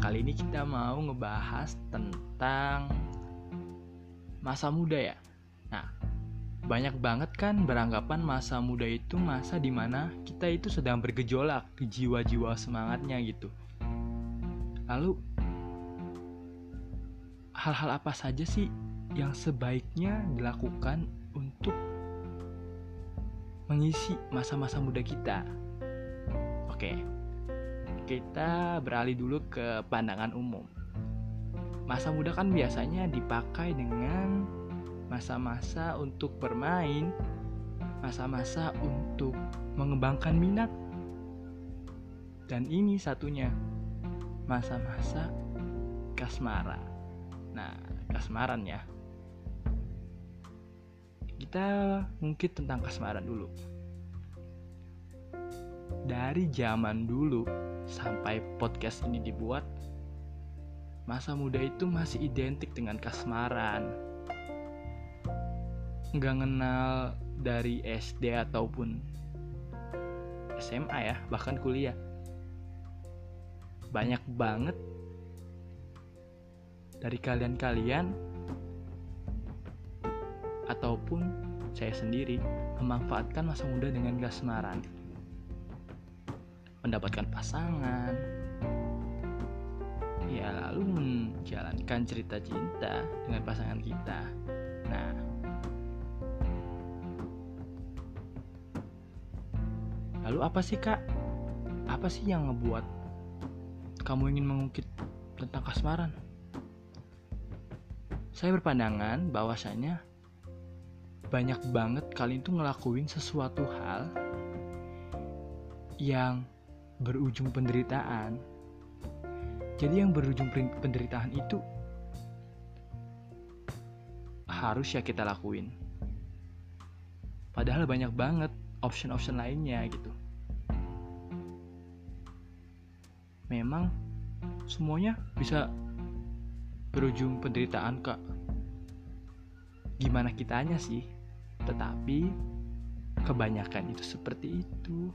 kali ini kita mau ngebahas tentang masa muda ya. Nah, banyak banget kan beranggapan masa muda itu masa dimana kita itu sedang bergejolak di jiwa-jiwa semangatnya gitu. Lalu, hal-hal apa saja sih yang sebaiknya dilakukan untuk mengisi masa-masa muda kita? Oke, kita beralih dulu ke pandangan umum. Masa muda kan biasanya dipakai dengan masa-masa untuk bermain, masa-masa untuk mengembangkan minat, dan ini satunya, masa-masa kasmaran. Nah, kasmaran ya. Kita ngungkit tentang kasmaran dulu. Dari zaman dulu sampai podcast ini dibuat, masa muda itu masih identik dengan kasmaran. Nggak kenal dari SD ataupun SMA ya, bahkan kuliah. Banyak banget dari kalian-kalian ataupun saya sendiri memanfaatkan masa muda dengan kasmaran. Mendapatkan pasangan, ya lalu menjalankan cerita cinta dengan pasangan kita. Nah, lalu apa sih kak? Apa sih yang ngebuat kamu ingin mengungkit tentang kasmaran? Saya berpandangan bahwasanya banyak banget kalian tuh ngelakuin sesuatu hal yang berujung penderitaan. Jadi yang berujung penderitaan itu harus ya kita lakuin. Padahal banyak banget option lainnya gitu. Memang semuanya bisa berujung penderitaan kak. Gimana kitanya sih? Tetapi kebanyakan itu seperti itu.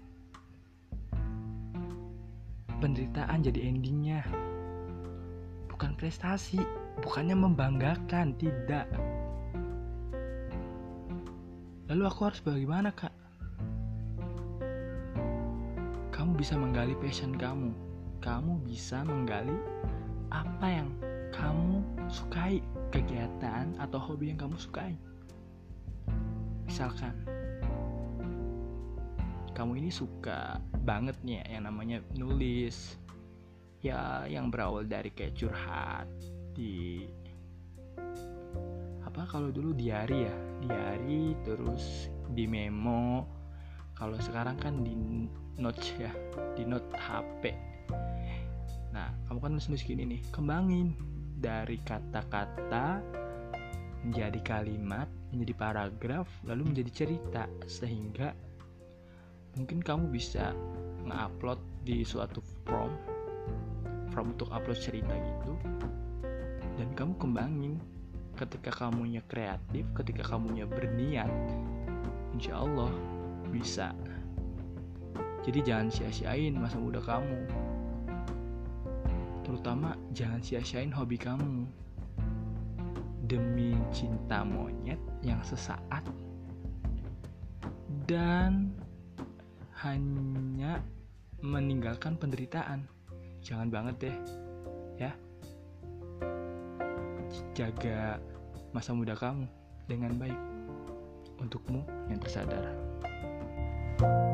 Penderitaan jadi endingnya. Bukan prestasi, bukannya membanggakan, tidak. Lalu aku harus bagaimana kak? Kamu bisa menggali passion kamu. Kamu bisa menggali apa yang kamu sukai, kegiatan atau hobi yang kamu sukai. Misalkan kamu ini suka banget nih yang namanya nulis, ya yang berawal dari kayak curhat di kalau dulu diary ya, diary, terus di memo. Kalau sekarang kan di notes ya, di note HP. Nah, kamu kan nulis gini nih, kembangin dari kata-kata menjadi kalimat, menjadi paragraf, lalu menjadi cerita, sehingga mungkin kamu bisa nge-upload di suatu form untuk upload cerita gitu, dan kamu kembangin. Ketika kamunya kreatif, ketika kamunya berniat, insya Allah bisa. Jadi jangan sia-siain masa muda kamu, terutama jangan sia-siain hobi kamu demi cinta monyet yang sesaat dan hanya meninggalkan penderitaan. Jangan banget deh ya. Jaga masa muda kamu dengan baik untukmu yang tersadar.